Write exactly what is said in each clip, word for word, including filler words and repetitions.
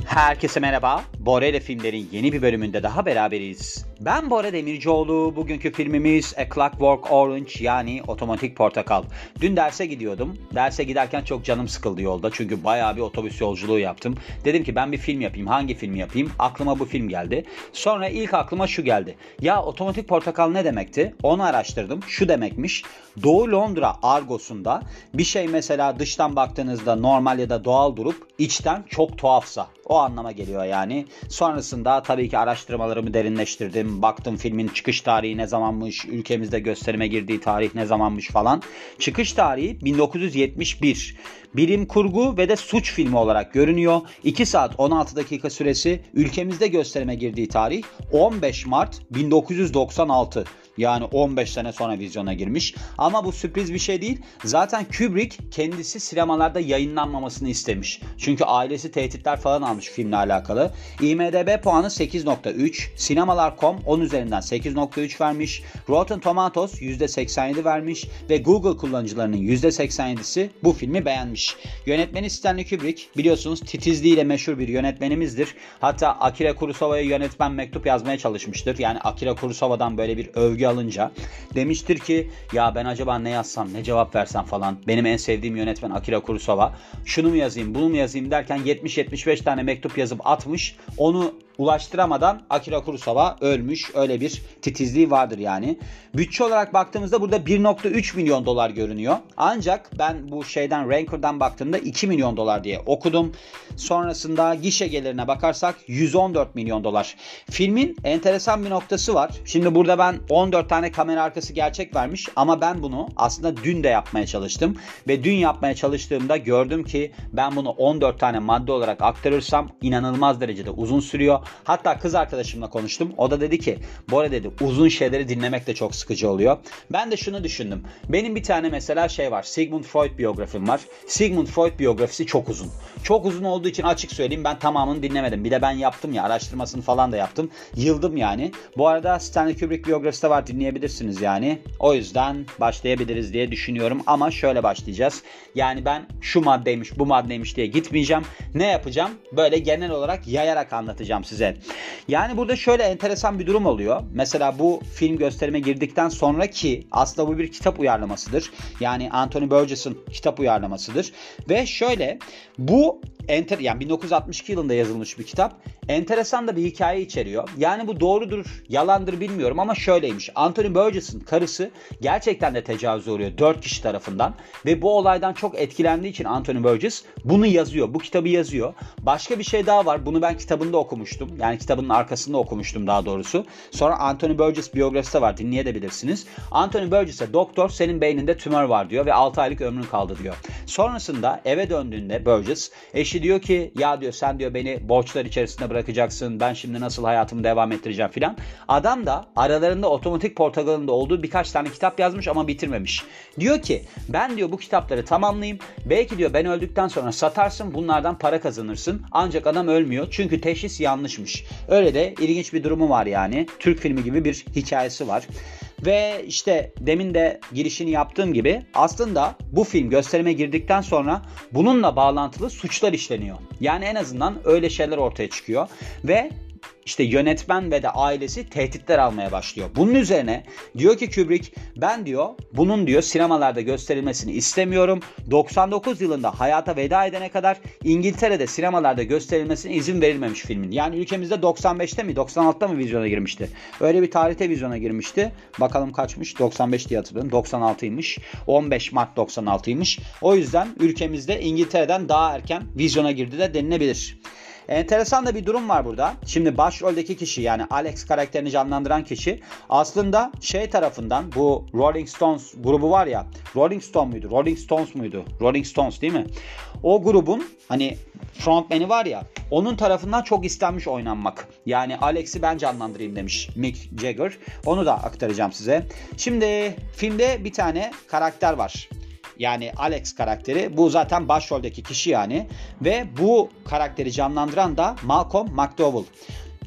Herkese merhaba. Bora ile filmlerin yeni bir bölümünde daha beraberiz. Ben Bora Demircioğlu. Bugünkü filmimiz A Clockwork Orange, yani Otomatik Portakal. Dün derse gidiyordum. Derse giderken çok canım sıkıldı yolda. Çünkü bayağı bir otobüs yolculuğu yaptım. Dedim ki ben bir film yapayım. Hangi filmi yapayım? Aklıma bu film geldi. Sonra ilk aklıma şu geldi. Ya Otomatik Portakal ne demekti? Onu araştırdım. Şu demekmiş. Doğu Londra argosunda bir şey mesela dıştan baktığınızda normal ya da doğal durup içten çok tuhafsa. O anlama geliyor yani. Sonrasında tabii ki araştırmalarımı derinleştirdim. Baktım filmin çıkış tarihi ne zamanmış, ülkemizde gösterime girdiği tarih ne zamanmış falan. Çıkış tarihi bin dokuz yüz yetmiş bir. Bilim kurgu ve de suç filmi olarak görünüyor. iki saat on altı dakika süresi. Ülkemizde gösterime girdiği tarih on beş Mart bin dokuz yüz doksan altı. Yani on beş sene sonra vizyona girmiş. Ama bu sürpriz bir şey değil. Zaten Kubrick kendisi sinemalarda yayınlanmamasını istemiş. Çünkü ailesi tehditler falan almış filmle alakalı. IMDb puanı sekiz nokta üç. Sinemalar nokta com on üzerinden sekiz nokta üç vermiş. Rotten Tomatoes yüzde seksen yedi vermiş. Ve Google kullanıcılarının yüzde seksen yedisi bu filmi beğenmiş. Yönetmeni Stanley Kubrick, biliyorsunuz titizliğiyle meşhur bir yönetmenimizdir. Hatta Akira Kurosawa'ya yönetmen mektup yazmaya çalışmıştır. Yani Akira Kurosawa'dan böyle bir övgü alınca demiştir ki ya ben acaba ne yazsam, ne cevap versem falan. Benim en sevdiğim yönetmen Akira Kurosawa. Şunu mu yazayım, bunu mu yazayım derken yetmiş yetmiş beş tane mektup yazıp atmış. Onu ulaştıramadan Akira Kurosawa ölmüş. Öyle bir titizliği vardır yani. Bütçe olarak baktığımızda burada bir nokta üç milyon dolar görünüyor. Ancak ben bu şeyden Ranker'dan baktığımda iki milyon dolar diye okudum. Sonrasında gişe gelirine bakarsak yüz on dört milyon dolar. Filmin enteresan bir noktası var. Şimdi burada ben on dört tane kamera arkası gerçek vermiş ama ben bunu aslında dün de yapmaya çalıştım. Ve dün yapmaya çalıştığımda gördüm ki ben bunu on dört tane madde olarak aktarırsam inanılmaz derecede uzun sürüyor. Hatta kız arkadaşımla konuştum. O da dedi ki Bora dedi uzun şeyleri dinlemek de çok sıkıcı oluyor. Ben de şunu düşündüm. Benim bir tane mesela şey var. Sigmund Freud biyografim var. Sigmund Freud biyografisi çok uzun. Çok uzun olduğu için açık söyleyeyim ben tamamını dinlemedim. Bir de ben yaptım ya, araştırmasını falan da yaptım. Yıldım yani. Bu arada Stanley Kubrick biyografisi de var, dinleyebilirsiniz yani. O yüzden başlayabiliriz diye düşünüyorum. Ama şöyle başlayacağız. Yani ben şu maddeymiş bu maddeymiş diye gitmeyeceğim. Ne yapacağım? Böyle genel olarak yayarak anlatacağım size. Yani burada şöyle enteresan bir durum oluyor. Mesela bu film gösterime girdikten sonraki aslında bu bir kitap uyarlamasıdır. Yani Anthony Burgess'ın kitap uyarlamasıdır. Ve şöyle bu enter yani bin dokuz yüz altmış iki yılında yazılmış bir kitap. Enteresan da bir hikaye içeriyor. Yani bu doğrudur, yalandır bilmiyorum ama şöyleymiş. Anthony Burgess'ın karısı gerçekten de tecavüze uğruyor dört kişi tarafından ve bu olaydan çok etkilendiği için Anthony Burgess bunu yazıyor. Bu kitabı yazıyor. Başka bir şey daha var. Bunu ben kitabında okumuştum. Yani kitabının arkasında okumuştum daha doğrusu. Sonra Anthony Burgess biyografisi de var. Dinleyebilirsiniz. Anthony Burgess'e doktor senin beyninde tümör var diyor ve altı aylık ömrün kaldı diyor. Sonrasında eve döndüğünde Burgess eşi diyor ki ya diyor sen diyor beni borçlar içerisinde bırakacaksın. Ben şimdi nasıl hayatımı devam ettireceğim filan. Adam da aralarında Otomatik Portakal'ın da olduğu birkaç tane kitap yazmış ama bitirmemiş. Diyor ki ben diyor bu kitapları tamamlayayım. Belki diyor ben öldükten sonra satarsın, bunlardan para kazanırsın. Ancak adam ölmüyor çünkü teşhis yanlışmış. Öyle de ilginç bir durumu var yani. Türk filmi gibi bir hikayesi var. Ve işte demin de girişini yaptığım gibi aslında bu film gösterime girdikten sonra bununla bağlantılı suçlar işleniyor. Yani en azından öyle şeyler ortaya çıkıyor ve İşte yönetmen ve de ailesi tehditler almaya başlıyor. Bunun üzerine diyor ki Kubrick ben diyor bunun diyor sinemalarda gösterilmesini istemiyorum. doksan dokuz yılında hayata veda edene kadar İngiltere'de sinemalarda gösterilmesine izin verilmemiş filmin. Yani ülkemizde doksan beşte mi doksan altıda mı vizyona girmişti? Öyle bir tarihte vizyona girmişti. Bakalım kaçmış? doksan beş diye hatırlıyorum. doksan altıymış. on beş Mart doksan altıymış. O yüzden ülkemizde İngiltere'den daha erken vizyona girdi de denilebilir. Enteresan da bir durum var burada. Şimdi başroldeki kişi yani Alex karakterini canlandıran kişi aslında şey tarafından bu Rolling Stones grubu var ya. Rolling Stone muydu? Rolling Stones muydu? Rolling Stones değil mi? O grubun hani frontmeni var ya, onun tarafından çok istenmiş oynanmak. Yani Alex'i ben canlandırayım demiş Mick Jagger. Onu da aktaracağım size. Şimdi filmde bir tane karakter var. Yani Alex karakteri. Bu zaten başroldeki kişi yani. Ve bu karakteri canlandıran da Malcolm McDowell.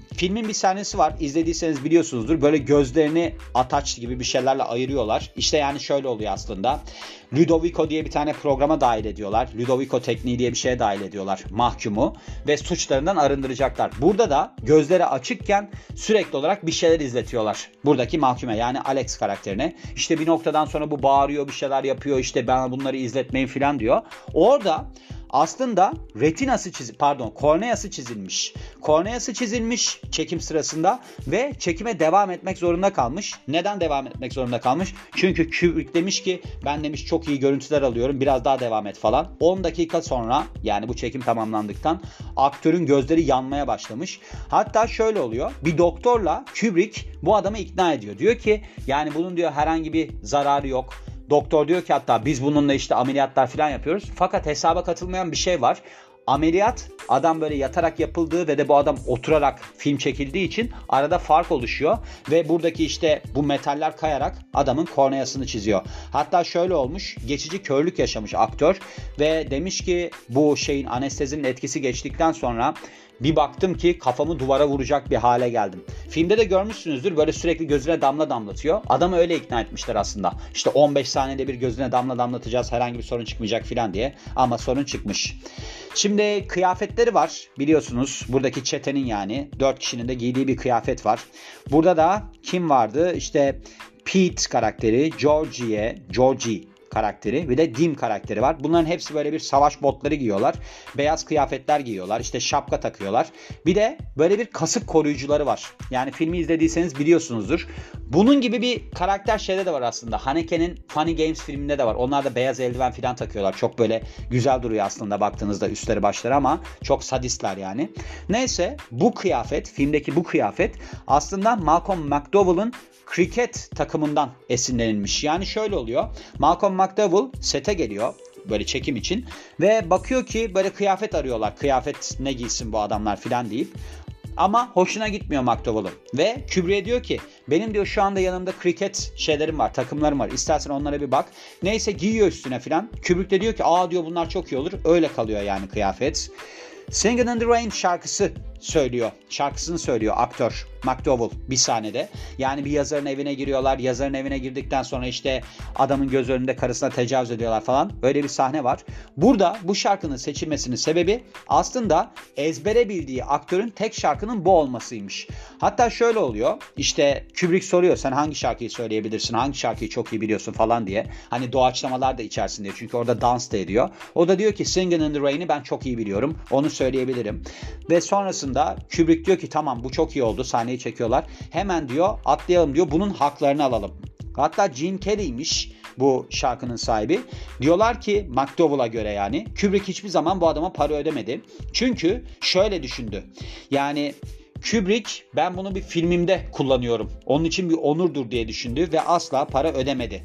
filmin bir sahnesi var. İzlediyseniz biliyorsunuzdur. Böyle gözlerini ataç gibi bir şeylerle ayırıyorlar. İşte yani şöyle oluyor aslında. Ludovico diye bir tane programa dahil ediyorlar. Ludovico tekniği diye bir şeye dahil ediyorlar mahkumu ve suçlarından arındıracaklar. Burada da gözleri açıkken sürekli olarak bir şeyler izletiyorlar. Buradaki mahkume yani Alex karakterine. İşte bir noktadan sonra bu bağırıyor, bir şeyler yapıyor. İşte bana bunları izletmeyin falan diyor. Orada aslında retinası çiz pardon korneası çizilmiş. Korneası çizilmiş çekim sırasında ve çekime devam etmek zorunda kalmış. Neden devam etmek zorunda kalmış? Çünkü Kubrick demiş ki ben demiş çok iyi görüntüler alıyorum, biraz daha devam et falan. on dakika sonra yani bu çekim tamamlandıktan aktörün gözleri yanmaya başlamış. Hatta şöyle oluyor. Bir doktorla Kubrick bu adamı ikna ediyor. Diyor ki yani bunun diyor herhangi bir zararı yok. Doktor diyor ki hatta biz bununla işte ameliyatlar falan yapıyoruz. Fakat hesaba katılmayan bir şey var. Ameliyat adam böyle yatarak yapıldığı ve de bu adam oturarak film çekildiği için arada fark oluşuyor. Ve buradaki işte bu metaller kayarak adamın korneasını çiziyor. Hatta şöyle olmuş, geçici körlük yaşamış aktör ve demiş ki bu şeyin anestezinin etkisi geçtikten sonra bir baktım ki kafamı duvara vuracak bir hale geldim. Filmde de görmüşsünüzdür, böyle sürekli gözüne damla damlatıyor. Adamı öyle ikna etmişler aslında. İşte on beş saniyede bir gözüne damla damlatacağız, herhangi bir sorun çıkmayacak filan diye. Ama sorun çıkmış. Şimdi kıyafetleri var biliyorsunuz. Buradaki çetenin yani dört kişinin de giydiği bir kıyafet var. Burada da kim vardı? İşte Pete karakteri, Georgie, Georgie karakteri ve de Dim karakteri var. Bunların hepsi böyle bir savaş botları giyiyorlar. Beyaz kıyafetler giyiyorlar. İşte şapka takıyorlar. Bir de böyle bir kasık koruyucuları var. Yani filmi izlediyseniz biliyorsunuzdur. Bunun gibi bir karakter şeyde de var aslında. Haneke'nin Funny Games filminde de var. Onlar da beyaz eldiven falan takıyorlar. Çok böyle güzel duruyor aslında baktığınızda üstleri başları ama çok sadistler yani. Neyse bu kıyafet, filmdeki bu kıyafet aslında Malcolm McDowell'ın kriket takımından esinlenilmiş. Yani şöyle oluyor. Malcolm McDowell sete geliyor böyle çekim için ve bakıyor ki böyle kıyafet arıyorlar. Kıyafet ne giysin bu adamlar filan deyip. Ama hoşuna gitmiyor McDowell'ın. Ve Kubrick'e diyor ki benim diyor şu anda yanımda kriket şeylerim var, takımlarım var. İstersen onlara bir bak. Neyse giyiyor üstüne filan. Kubrick de diyor ki aa diyor bunlar çok iyi olur. Öyle kalıyor yani kıyafet. Singing in the Rain şarkısı söylüyor. Şarkısını söylüyor aktör McDowell bir sahnede. Yani bir yazarın evine giriyorlar. Yazarın evine girdikten sonra işte adamın göz önünde karısına tecavüz ediyorlar falan. Öyle bir sahne var. Burada bu şarkının seçilmesinin sebebi aslında ezbere bildiği aktörün tek şarkının bu olmasıymış. Hatta şöyle oluyor. İşte Kubrick soruyor sen hangi şarkıyı söyleyebilirsin? Hangi şarkıyı çok iyi biliyorsun falan diye. Hani doğaçlamalar da içerisinde diyor. Çünkü orada dans da ediyor. O da diyor ki Singing in the Rain'i ben çok iyi biliyorum. Onu söyleyebilirim. Ve sonrasında Kubrick diyor ki tamam bu çok iyi oldu. Sahneyi çekiyorlar. Hemen diyor atlayalım diyor. Bunun haklarını alalım. Hatta Gene Kelly'ymiş bu şarkının sahibi. Diyorlar ki McDowell'a göre yani Kubrick hiçbir zaman bu adama para ödemedi. Çünkü şöyle düşündü. Yani Kubrick ben bunu bir filmimde kullanıyorum. Onun için bir onurdur diye düşündü ve asla para ödemedi.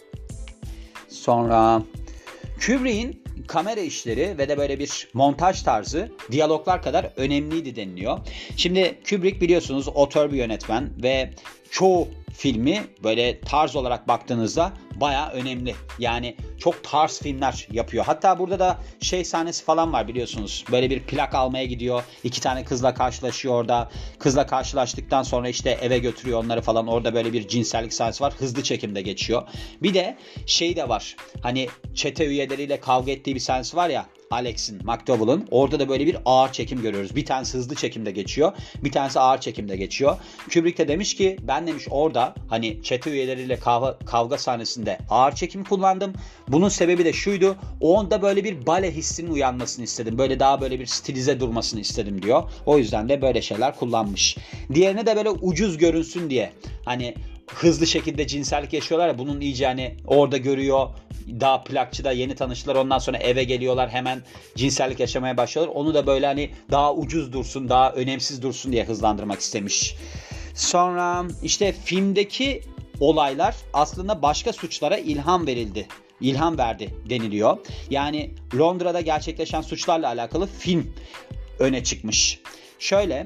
Sonra Kubrick'in kamera işleri ve de böyle bir montaj tarzı diyaloglar kadar önemliydi deniliyor. Şimdi Kubrick biliyorsunuz otör bir yönetmen ve çoğu filmi böyle tarz olarak baktığınızda bayağı önemli. Yani çok tarz filmler yapıyor. Hatta burada da şey sahnesi falan var biliyorsunuz. Böyle bir plak almaya gidiyor. İki tane kızla karşılaşıyor orada. Kızla karşılaştıktan sonra işte eve götürüyor onları falan. Orada böyle bir cinsellik sahnesi var. Hızlı çekimde geçiyor. Bir de şey de var. Hani çete üyeleriyle kavga ettiği bir sahnesi var ya. Alex'in, McDowell'ın. Orada da böyle bir ağır çekim görüyoruz. Bir tanesi hızlı çekimde geçiyor. Bir tanesi ağır çekimde geçiyor. Kubrick de demiş ki ben demiş orada hani çete üyeleriyle kavga, kavga sahnesinde ağır çekim kullandım. Bunun sebebi de şuydu. Onda böyle bir bale hissinin uyanmasını istedim. Böyle daha böyle bir stilize durmasını istedim diyor. O yüzden de böyle şeyler kullanmış. Diğerine de böyle ucuz görünsün diye. Hani hızlı şekilde cinsellik yaşıyorlar ya bunun iyice hani orada görüyor. Daha plakçıda yeni tanıştılar ondan sonra eve geliyorlar hemen cinsellik yaşamaya başlıyorlar. Onu da böyle hani daha ucuz dursun daha önemsiz dursun diye hızlandırmak istemiş. Sonra işte filmdeki olaylar aslında başka suçlara ilham verildi. İlham verdi deniliyor. Yani Londra'da gerçekleşen suçlarla alakalı film öne çıkmış. Şöyle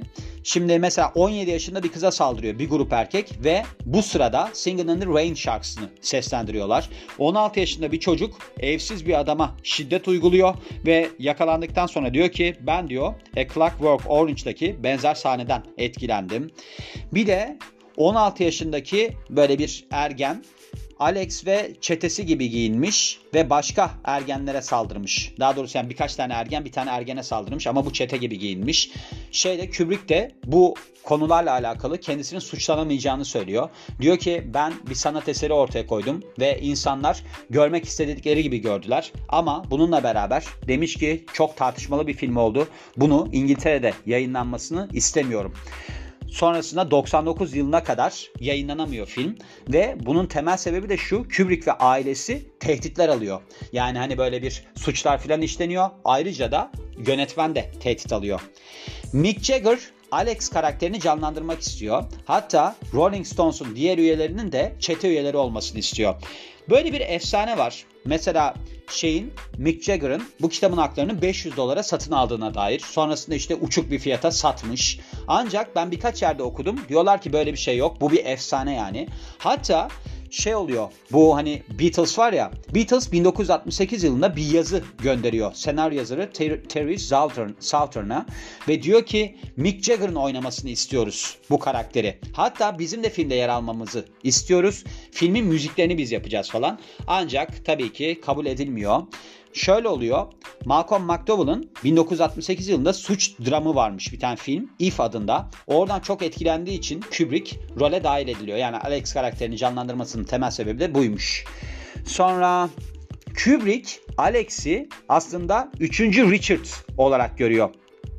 Şimdi mesela on yedi yaşında bir kıza saldırıyor bir grup erkek ve bu sırada Singing in the Rain şarkısını seslendiriyorlar. on altı yaşında bir çocuk evsiz bir adama şiddet uyguluyor ve yakalandıktan sonra diyor ki ben diyor A Clockwork Orange'daki benzer sahneden etkilendim. Bir de on altı yaşındaki böyle bir ergen Alex ve çetesi gibi giyinmiş ve başka ergenlere saldırmış. Daha doğrusu yani birkaç tane ergen bir tane ergene saldırmış ama bu çete gibi giyinmiş. Şeyde Kubrick de bu konularla alakalı kendisinin suçlanamayacağını söylüyor. Diyor ki ben bir sanat eseri ortaya koydum ve insanlar görmek istedikleri gibi gördüler. Ama bununla beraber demiş ki çok tartışmalı bir film oldu. Bunu İngiltere'de yayınlanmasını istemiyorum. Sonrasında doksan dokuz yılına kadar yayınlanamıyor film ve bunun temel sebebi de şu: Kubrick ve ailesi tehditler alıyor. Yani hani böyle bir suçlar filan işleniyor. Ayrıca da yönetmen de tehdit alıyor. Mick Jagger Alex karakterini canlandırmak istiyor. Hatta Rolling Stones'un diğer üyelerinin de çete üyeleri olmasını istiyor. Böyle bir efsane var. Mesela şeyin Mick Jagger'ın bu kitabın haklarını beş yüz dolara satın aldığına dair. Sonrasında işte uçuk bir fiyata satmış. Ancak ben birkaç yerde okudum. Diyorlar ki böyle bir şey yok. Bu bir efsane yani. Hatta şey oluyor. Bu hani Beatles var ya. Beatles bin dokuz yüz altmış sekiz yılında bir yazı gönderiyor. Senaryo yazarı Ter- Terry Southern, Southern'a ve diyor ki Mick Jagger'ın oynamasını istiyoruz bu karakteri. Hatta bizim de filmde yer almamızı istiyoruz. Filmin müziklerini biz yapacağız falan. Ancak tabii ki kabul edilmiyor. Şöyle oluyor. Malcolm McDowell'ın bin dokuz yüz altmış sekiz yılında suç dramı varmış bir tane film. If adında. Oradan çok etkilendiği için Kubrick role dahil ediliyor. Yani Alex karakterini canlandırmasının temel sebebi de buymuş. Sonra Kubrick Alex'i aslında üçüncü Richard olarak görüyor.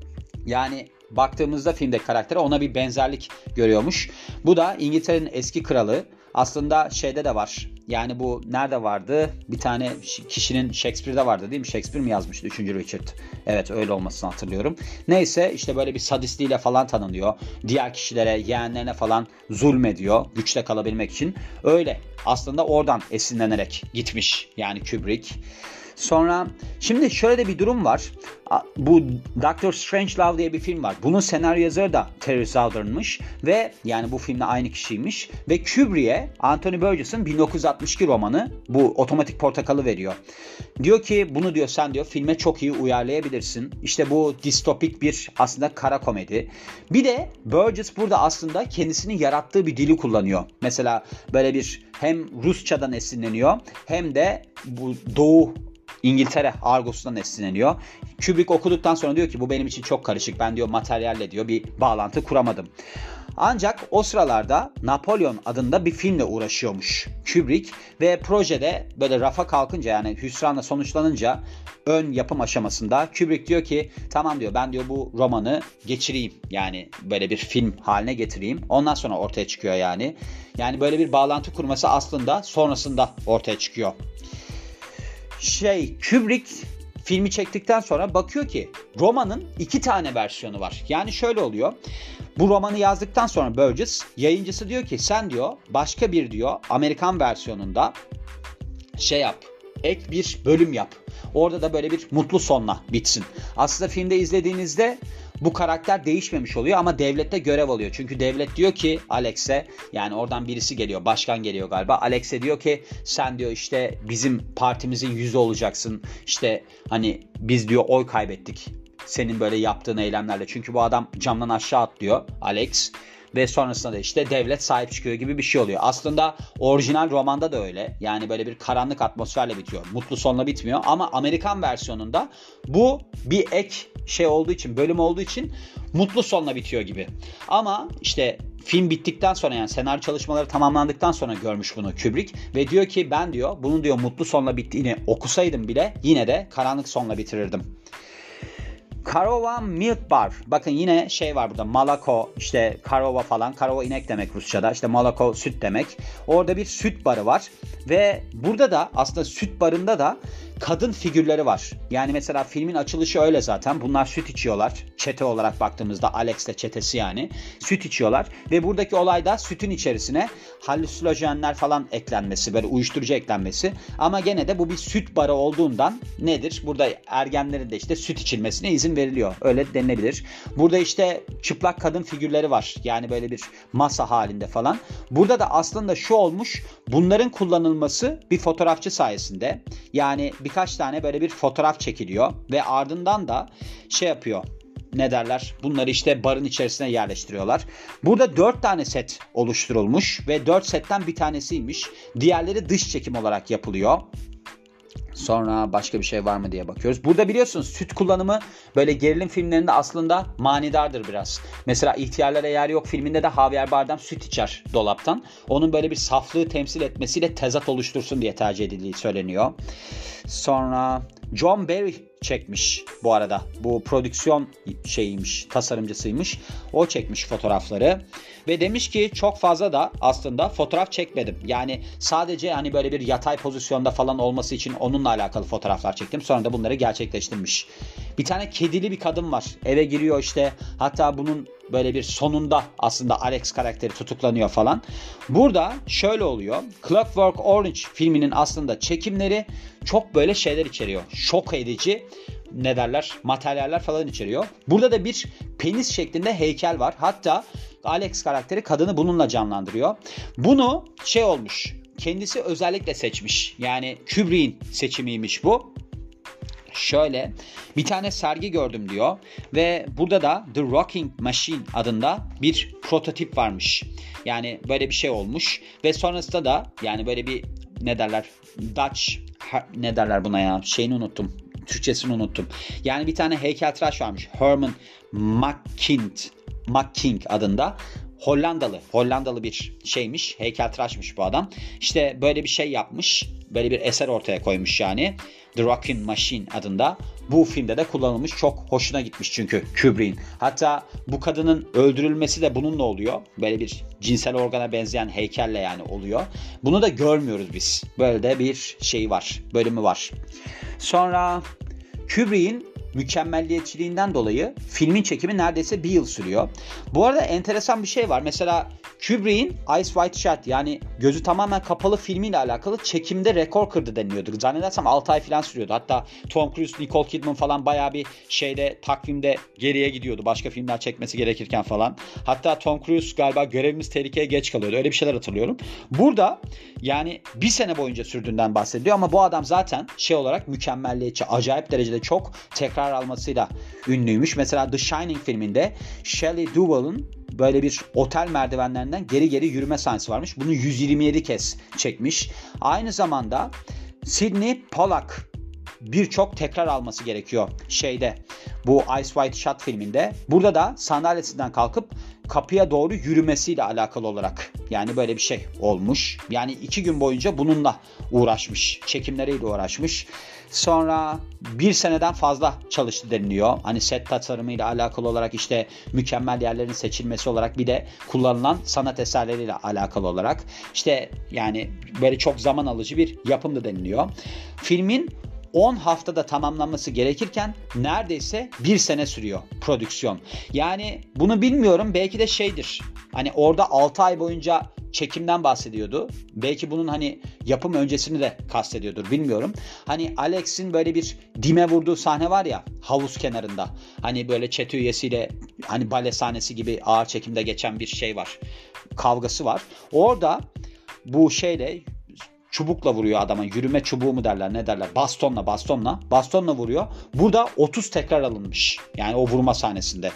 Yani baktığımızda filmdeki karaktere ona bir benzerlik görüyormuş. Bu da İngiltere'nin eski kralı. Aslında şeyde de var. Yani bu nerede vardı? Bir tane kişinin Shakespeare'de vardı değil mi? Shakespeare mi yazmıştı üçüncü Richard? Evet öyle olmasını hatırlıyorum. Neyse işte böyle bir sadistliğiyle falan tanınıyor. Diğer kişilere, yeğenlerine falan zulmediyor. Güçte kalabilmek için. Öyle. Aslında oradan esinlenerek gitmiş yani Kubrick. Sonra şimdi şöyle de bir durum var. Bu Doctor Strangelove diye bir film var. Bunun senaryo yazarı da Terry Southern'mış ve yani bu filmde aynı kişiymiş ve Kubrick'e Anthony Burgess'ın bin dokuz yüz altmış iki romanı bu Otomatik Portakal'ı veriyor. Diyor ki bunu diyor sen diyor filme çok iyi uyarlayabilirsin. İşte bu distopik bir aslında kara komedi. Bir de Burgess burada aslında kendisinin yarattığı bir dili kullanıyor. Mesela böyle bir hem Rusçadan esinleniyor hem de bu Doğu İngiltere argosundan esinleniyor. Kubrick okuduktan sonra diyor ki bu benim için çok karışık. Ben diyor materyalle diyor bir bağlantı kuramadım. Ancak o sıralarda Napolyon adında bir filmle uğraşıyormuş Kubrick ve projede böyle rafa kalkınca yani hüsranla sonuçlanınca ön yapım aşamasında Kubrick diyor ki tamam diyor ben diyor bu romanı geçireyim. Yani böyle bir film haline getireyim. Ondan sonra ortaya çıkıyor yani. Yani böyle bir bağlantı kurması aslında sonrasında ortaya çıkıyor. Şey Kubrick filmi çektikten sonra bakıyor ki romanın iki tane versiyonu var. Yani şöyle oluyor. Bu romanı yazdıktan sonra Burgess yayıncısı diyor ki sen diyor başka bir diyor Amerikan versiyonunda şey yap. Ek bir bölüm yap. Orada da böyle bir mutlu sonla bitsin. Aslında filmde izlediğinizde bu karakter değişmemiş oluyor ama devlette görev alıyor. Çünkü devlet diyor ki Alex'e yani oradan birisi geliyor. Başkan geliyor galiba. Alex'e diyor ki sen diyor işte bizim partimizin yüzü olacaksın. İşte hani biz diyor oy kaybettik. Senin böyle yaptığın eylemlerle. Çünkü bu adam camdan aşağı atlıyor Alex. Ve sonrasında da işte devlet sahip çıkıyor gibi bir şey oluyor. Aslında orijinal romanda da öyle. Yani böyle bir karanlık atmosferle bitiyor. Mutlu sonla bitmiyor. Ama Amerikan versiyonunda bu bir ek şey olduğu için, bölüm olduğu için mutlu sonla bitiyor gibi. Ama işte film bittikten sonra yani senaryo çalışmaları tamamlandıktan sonra görmüş bunu Kubrick. Ve diyor ki ben diyor bunun diyor mutlu sonla bittiğini okusaydım bile yine de karanlık sonla bitirirdim. Karova Milk Bar. Bakın yine şey var burada. Malako işte Karova falan. Karova inek demek Rusça'da. İşte Malako süt demek. Orada bir süt barı var. Ve burada da aslında süt barında da kadın figürleri var. Yani mesela filmin açılışı öyle zaten. Bunlar süt içiyorlar. Çete olarak baktığımızda Alex'le çetesi yani. Süt içiyorlar ve buradaki olay da sütün içerisine halüsinojenler falan eklenmesi, böyle uyuşturucu eklenmesi. Ama gene de bu bir süt barı olduğundan nedir? Burada ergenlerin de işte süt içilmesine izin veriliyor. Öyle denilebilir. Burada işte çıplak kadın figürleri var. Yani böyle bir masa halinde falan. Burada da aslında şu olmuş. Bunların kullanılması bir fotoğrafçı sayesinde. Yani birkaç tane böyle bir fotoğraf çekiliyor ve ardından da şey yapıyor. Ne derler? Bunları işte barın içerisine yerleştiriyorlar. Burada dört tane set oluşturulmuş ve dört setten bir tanesiymiş. Diğerleri dış çekim olarak yapılıyor. Sonra başka bir şey var mı diye bakıyoruz. Burada biliyorsunuz süt kullanımı böyle gerilim filmlerinde aslında manidardır biraz. Mesela İhtiyarlara Yer Yok filminde de Javier Bardem süt içer dolaptan. Onun böyle bir saflığı temsil etmesiyle tezat oluştursun diye tercih edildiği söyleniyor. Sonra John Barry çekmiş bu arada. Bu prodüksiyon şeyiymiş, tasarımcısıymış. O çekmiş fotoğrafları. Ve demiş ki çok fazla da aslında fotoğraf çekmedim. Yani sadece hani böyle bir yatay pozisyonda falan olması için onunla alakalı fotoğraflar çektim. Sonra da bunları gerçekleştirmiş. Bir tane kedili bir kadın var. Eve giriyor işte. Hatta bunun böyle bir sonunda aslında Alex karakteri tutuklanıyor falan. Burada şöyle oluyor. Clockwork Orange filminin aslında çekimleri çok böyle şeyler içeriyor. Şok edici ne derler materyaller falan içeriyor. Burada da bir penis şeklinde heykel var. Hatta Alex karakteri kadını bununla canlandırıyor. Bunu şey olmuş. Kendisi özellikle seçmiş. Yani Kubrick'in seçimiymiş bu. Şöyle bir tane sergi gördüm diyor ve burada da The Rocking Machine adında bir prototip varmış. Yani böyle bir şey olmuş ve sonrasında da yani böyle bir ne derler Dutch ne derler buna ya şeyini unuttum. Türkçesini unuttum. Yani bir tane heykeltıraş varmış. Herman McKint, McKing adında. Hollandalı, Hollandalı bir şeymiş, heykeltıraşmış bu adam. İşte böyle bir şey yapmış, böyle bir eser ortaya koymuş yani. The Rocking Machine adında. Bu filmde de kullanılmış. Çok hoşuna gitmiş çünkü Kubrick'in. Hatta bu kadının öldürülmesi de bununla oluyor. Böyle bir cinsel organa benzeyen heykelle yani oluyor. Bunu da görmüyoruz biz. Böyle de bir şey var, bölümü var. Sonra Kubrick'in mükemmelliyetçiliğinden dolayı filmin çekimi neredeyse bir yıl sürüyor. Bu arada enteresan bir şey var. Mesela Kubrick'in Eyes Wide Shut yani gözü tamamen kapalı filmiyle alakalı çekimde rekor kırdı deniliyordu. Zannedersem altı ay falan sürüyordu. Hatta Tom Cruise, Nicole Kidman falan bayağı bir şeyde takvimde geriye gidiyordu. Başka filmler çekmesi gerekirken falan. Hatta Tom Cruise galiba Görevimiz Tehlikeye geç kalıyordu. Öyle bir şeyler hatırlıyorum. Burada yani bir sene boyunca sürdüğünden bahsediyor ama bu adam zaten şey olarak mükemmelliyetçi. Acayip derecede çok tekrar almasıyla ünlüymüş. Mesela The Shining filminde Shelley Duvall'ın böyle bir otel merdivenlerinden geri geri yürüme sahnesi varmış. Bunu yüz yirmi yedi kez çekmiş. Aynı zamanda Sidney Pollack birçok tekrar alması gerekiyor şeyde. Bu Eyes Wide Shut filminde. Burada da sandalyesinden kalkıp kapıya doğru yürümesiyle alakalı olarak. Yani böyle bir şey olmuş. Yani iki gün boyunca bununla uğraşmış. Çekimleriyle uğraşmış. Sonra bir seneden fazla çalıştı deniliyor. Hani set tasarımıyla alakalı olarak işte mükemmel yerlerin seçilmesi olarak bir de kullanılan sanat eserleriyle alakalı olarak. İşte yani böyle çok zaman alıcı bir yapımdı deniliyor. Filmin on haftada tamamlanması gerekirken neredeyse bir sene sürüyor prodüksiyon. Yani bunu bilmiyorum, belki de şeydir. Hani orada altı ay boyunca çekimden bahsediyordu. Belki bunun hani yapım öncesini de kastediyordur, bilmiyorum. Hani Alex'in böyle bir dime vurduğu sahne var ya havuz kenarında. Hani böyle çete üyesiyle hani bale sahnesi gibi ağır çekimde geçen bir şey var. Kavgası var. Orada bu şeyle çubukla vuruyor adama. Yürüme çubuğu mu derler ne derler. Bastonla bastonla. Bastonla vuruyor. Burada otuz tekrar alınmış. Yani o vurma sahnesinde.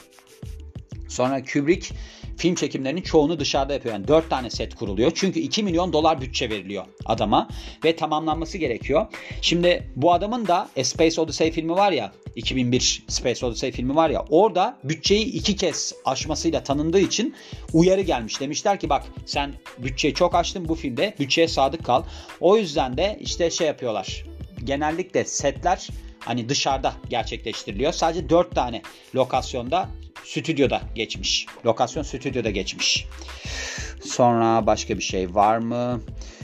Sonra Kubrick film çekimlerinin çoğunu dışarıda yapıyor. Yani dört tane set kuruluyor. Çünkü iki milyon dolar bütçe veriliyor adama. Ve tamamlanması gerekiyor. Şimdi bu adamın da A Space Odyssey filmi var ya. iki bin bir Space Odyssey filmi var ya. Orada bütçeyi iki kez aşmasıyla tanındığı için uyarı gelmiş. Demişler ki bak sen bütçeyi çok aştın bu filmde. Bütçeye sadık kal. O yüzden de işte şey yapıyorlar. Genellikle setler hani dışarıda gerçekleştiriliyor. Sadece dört tane lokasyonda stüdyoda geçmiş. Lokasyon stüdyoda geçmiş. Sonra başka bir şey var mı?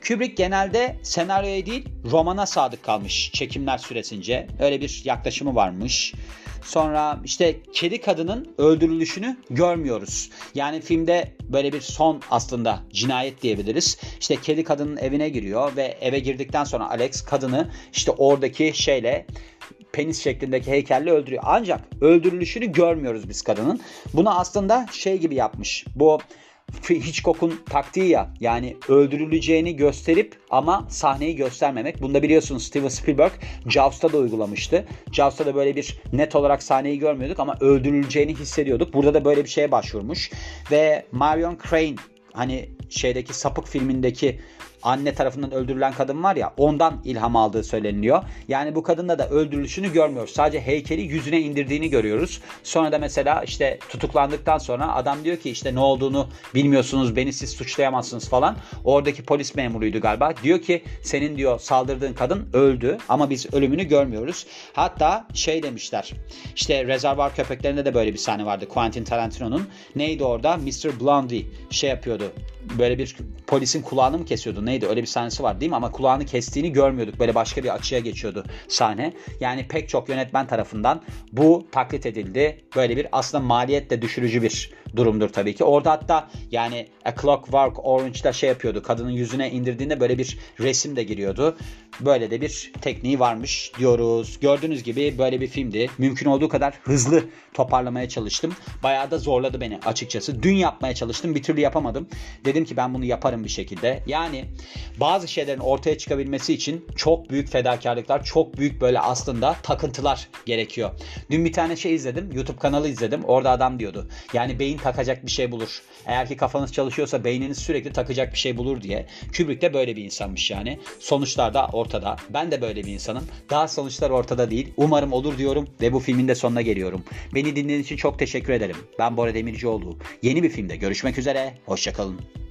Kubrick genelde senaryoya değil romana sadık kalmış çekimler süresince. Öyle bir yaklaşımı varmış. Sonra işte kedi kadının öldürülüşünü görmüyoruz. Yani filmde böyle bir son aslında cinayet diyebiliriz. İşte kedi kadının evine giriyor ve eve girdikten sonra Alex kadını işte oradaki şeyle, penis şeklindeki heykelle öldürüyor. Ancak öldürülüşünü görmüyoruz biz kadının. Bunu aslında şey gibi yapmış. Bu Hitchcock'un taktiği ya, yani öldürüleceğini gösterip ama sahneyi göstermemek. Bunda biliyorsunuz Steven Spielberg Jaws'ta da uygulamıştı. Jaws'ta da böyle bir net olarak sahneyi görmüyorduk ama öldürüleceğini hissediyorduk. Burada da böyle bir şeye başvurmuş. Ve Marion Crane, hani şeydeki Sapık filmindeki anne tarafından öldürülen kadın var ya, ondan ilham aldığı söyleniliyor. Yani bu kadında da öldürülüşünü görmüyoruz. Sadece heykeli yüzüne indirdiğini görüyoruz. Sonra da mesela işte tutuklandıktan sonra adam diyor ki işte ne olduğunu bilmiyorsunuz, beni siz suçlayamazsınız falan. Oradaki polis memuruydu galiba. Diyor ki senin diyor saldırdığın kadın öldü ama biz ölümünü görmüyoruz. Hatta şey demişler, işte Rezervuar Köpeklerinde de böyle bir sahne vardı Quentin Tarantino'nun. Neydi orada? mister Blondie şey yapıyordu. Böyle bir polisin kulağını mı kesiyordu? Neydi? Öyle bir sahnesi var değil mi? Ama kulağını kestiğini görmüyorduk. Böyle başka bir açıya geçiyordu sahne. Yani pek çok yönetmen tarafından bu taklit edildi. Böyle bir aslında maliyetle düşürücü bir durumdur tabii ki. Orada hatta yani A Clockwork Orange'da şey yapıyordu. Kadının yüzüne indirdiğinde böyle bir resim de giriyordu. Böyle de bir tekniği varmış diyoruz. Gördüğünüz gibi böyle bir filmdi. Mümkün olduğu kadar hızlı toparlamaya çalıştım. Bayağı da zorladı beni açıkçası. Dün yapmaya çalıştım. Bir türlü yapamadım. Dedim ki ben bunu yaparım bir şekilde. Yani bazı şeylerin ortaya çıkabilmesi için çok büyük fedakarlıklar, çok büyük böyle aslında takıntılar gerekiyor. Dün bir tane şey izledim. YouTube kanalı izledim. Orada adam diyordu. Yani beyin takacak bir şey bulur. Eğer ki kafanız çalışıyorsa beyniniz sürekli takacak bir şey bulur diye. Kubrick de böyle bir insanmış yani. Sonuçlar da ortada. Ben de böyle bir insanım. Daha sonuçlar ortada değil. Umarım olur diyorum ve bu filmin de sonuna geliyorum. Beni dinlediğiniz için çok teşekkür ederim. Ben Bora Demircioğlu. Yeni bir filmde görüşmek üzere. Hoşça kalın.